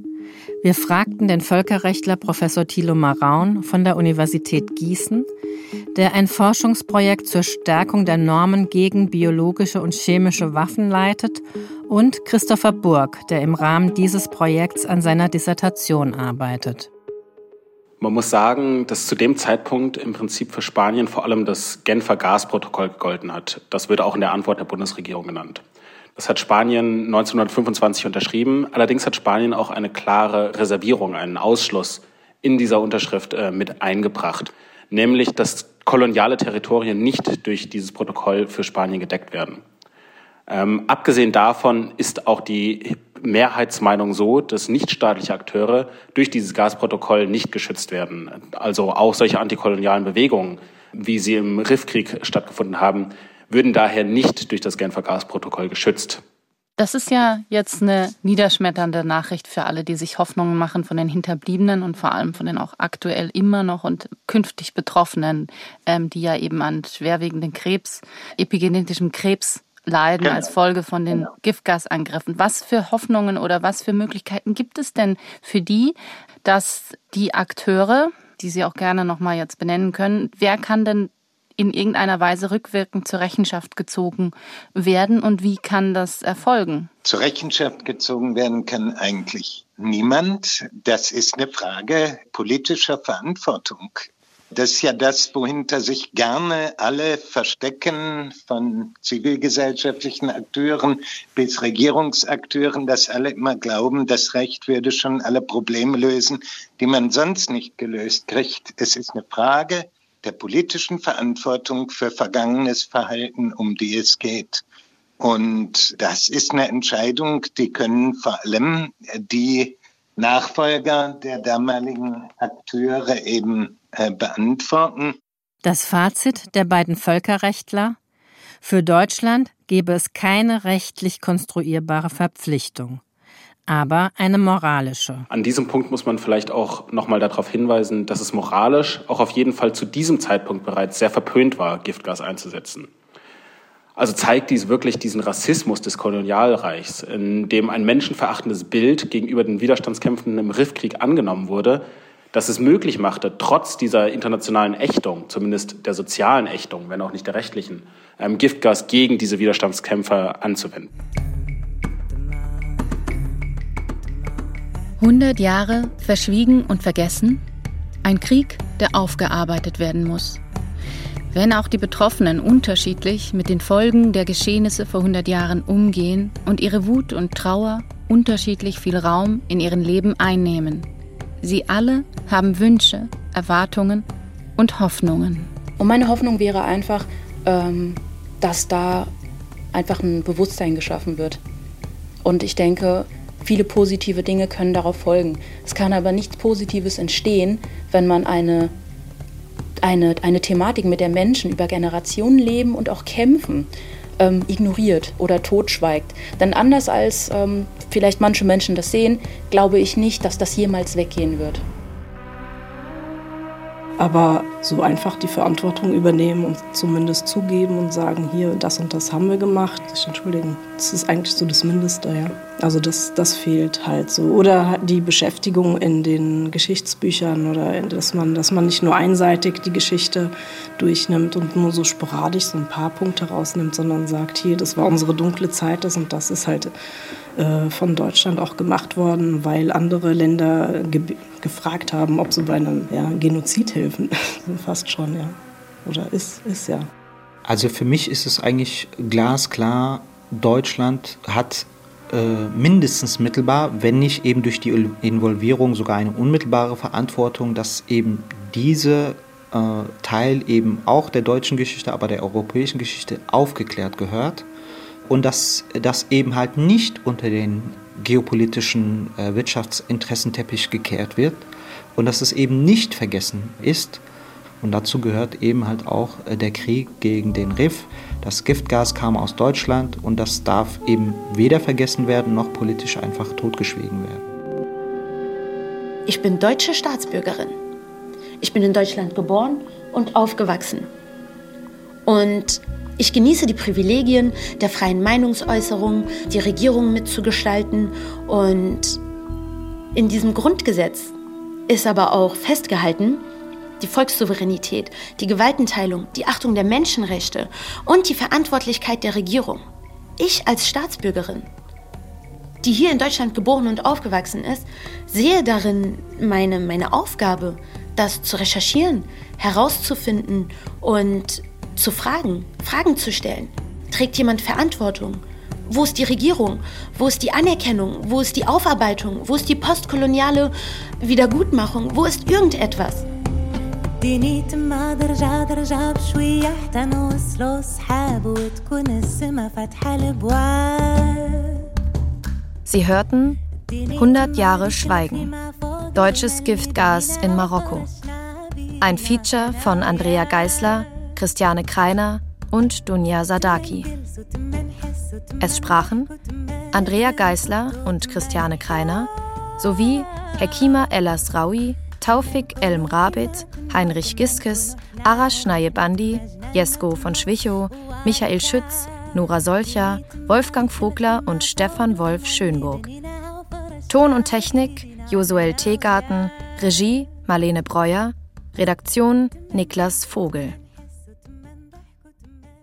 Wir fragten den Völkerrechtler Professor Thilo Maraun von der Universität Gießen, der ein Forschungsprojekt zur Stärkung der Normen gegen biologische und chemische Waffen leitet, und Christopher Burg, der im Rahmen dieses Projekts an seiner Dissertation arbeitet. Man muss sagen, dass zu dem Zeitpunkt im Prinzip für Spanien vor allem das Genfer Gasprotokoll gegolten hat. Das wird auch in der Antwort der Bundesregierung genannt. Das hat Spanien neunzehnhundertfünfundzwanzig unterschrieben. Allerdings hat Spanien auch eine klare Reservierung, einen Ausschluss in dieser Unterschrift äh, mit eingebracht. Nämlich, dass koloniale Territorien nicht durch dieses Protokoll für Spanien gedeckt werden. Ähm, abgesehen davon ist auch die Mehrheitsmeinung so, dass nichtstaatliche Akteure durch dieses Gasprotokoll nicht geschützt werden. Also auch solche antikolonialen Bewegungen, wie sie im Riffkrieg stattgefunden haben, würden daher nicht durch das Genfer Gasprotokoll geschützt. Das ist ja jetzt eine niederschmetternde Nachricht für alle, die sich Hoffnungen machen von den Hinterbliebenen und vor allem von den auch aktuell immer noch und künftig Betroffenen, ähm, die ja eben an schwerwiegenden Krebs, epigenetischem Krebs leiden genau. als Folge von den genau. Giftgasangriffen. Was für Hoffnungen oder was für Möglichkeiten gibt es denn für die, dass die Akteure, die Sie auch gerne noch mal jetzt benennen können, wer kann denn in irgendeiner Weise rückwirkend zur Rechenschaft gezogen werden und wie kann das erfolgen? Zur Rechenschaft gezogen werden kann eigentlich niemand. Das ist eine Frage politischer Verantwortung. Das ist ja das, wohinter sich gerne alle verstecken, von zivilgesellschaftlichen Akteuren bis Regierungsakteuren, dass alle immer glauben, das Recht würde schon alle Probleme lösen, die man sonst nicht gelöst kriegt. Es ist eine Frage der politischen Verantwortung für vergangenes Verhalten, um die es geht. Und das ist eine Entscheidung, die können vor allem die Nachfolger der damaligen Akteure eben äh, beantworten. Das Fazit der beiden Völkerrechtler: Für Deutschland gäbe es keine rechtlich konstruierbare Verpflichtung, aber eine moralische. An diesem Punkt muss man vielleicht auch noch mal darauf hinweisen, dass es moralisch auch auf jeden Fall zu diesem Zeitpunkt bereits sehr verpönt war, Giftgas einzusetzen. Also zeigt dies wirklich diesen Rassismus des Kolonialreichs, in dem ein menschenverachtendes Bild gegenüber den Widerstandskämpfenden im Riffkrieg angenommen wurde, das es möglich machte, trotz dieser internationalen Ächtung, zumindest der sozialen Ächtung, wenn auch nicht der rechtlichen, ähm, Giftgas gegen diese Widerstandskämpfer anzuwenden. hundert Jahre verschwiegen und vergessen? Ein Krieg, der aufgearbeitet werden muss. Wenn auch die Betroffenen unterschiedlich mit den Folgen der Geschehnisse vor hundert Jahren umgehen und ihre Wut und Trauer unterschiedlich viel Raum in ihrem Leben einnehmen. Sie alle haben Wünsche, Erwartungen und Hoffnungen. Und meine Hoffnung wäre einfach, ähm, dass da einfach ein Bewusstsein geschaffen wird. Und ich denke, viele positive Dinge können darauf folgen. Es kann aber nichts Positives entstehen, wenn man eine Eine, eine Thematik, mit der Menschen über Generationen leben und auch kämpfen, ähm, ignoriert oder totschweigt. Denn anders als ähm, vielleicht manche Menschen das sehen, glaube ich nicht, dass das jemals weggehen wird. Aber so einfach die Verantwortung übernehmen und zumindest zugeben und sagen, hier, das und das haben wir gemacht. Sich entschuldigen, das ist eigentlich so das Mindeste, ja. Also das, das fehlt halt so. Oder die Beschäftigung in den Geschichtsbüchern oder dass man, dass man nicht nur einseitig die Geschichte durchnimmt und nur so sporadisch so ein paar Punkte rausnimmt, sondern sagt, hier, das war unsere dunkle Zeit, das und das ist halt äh, von Deutschland auch gemacht worden, weil andere Länder ge- gefragt haben, ob sie bei einem ja, Genozid helfen. Fast schon, ja. Oder ist, ist ja. Also für mich ist es eigentlich glasklar, Deutschland hat äh, mindestens mittelbar, wenn nicht eben durch die Involvierung sogar eine unmittelbare Verantwortung, dass eben diese äh, Teil eben auch der deutschen Geschichte, aber der europäischen Geschichte aufgeklärt gehört und dass das eben halt nicht unter den geopolitischen äh, Wirtschaftsinteressenteppich gekehrt wird und dass es eben nicht vergessen ist. Und dazu gehört eben halt auch der Krieg gegen den Riff. Das Giftgas kam aus Deutschland und das darf eben weder vergessen werden, noch politisch einfach totgeschwiegen werden. Ich bin deutsche Staatsbürgerin. Ich bin in Deutschland geboren und aufgewachsen. Und ich genieße die Privilegien der freien Meinungsäußerung, die Regierung mitzugestalten. Und in diesem Grundgesetz ist aber auch festgehalten, die Volkssouveränität, die Gewaltenteilung, die Achtung der Menschenrechte und die Verantwortlichkeit der Regierung. Ich als Staatsbürgerin, die hier in Deutschland geboren und aufgewachsen ist, sehe darin meine, meine Aufgabe, das zu recherchieren, herauszufinden und zu fragen, Fragen zu stellen. Trägt jemand Verantwortung? Wo ist die Regierung? Wo ist die Anerkennung? Wo ist die Aufarbeitung? Wo ist die postkoloniale Wiedergutmachung? Wo ist irgendetwas? Sie hörten hundert Jahre Schweigen. Deutsches Giftgas in Marokko. Ein Feature von Andrea Geisler, Christiane Kreiner und Dunja Sadaki. Es sprachen Andrea Geisler und Christiane Kreiner sowie Hekima El-Asraoui, Taufik El-Mrabit, Heinrich Giskes, Arash Nayebandi, Jesko von Schwichow, Michael Schütz, Nora Solcher, Wolfgang Vogler und Stefan Wolf Schönburg. Ton und Technik Josuel Teegarten, Regie Marlene Breuer, Redaktion Niklas Vogel.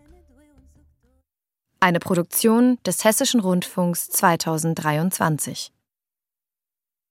Eine Produktion des Hessischen Rundfunks zweitausenddreiundzwanzig.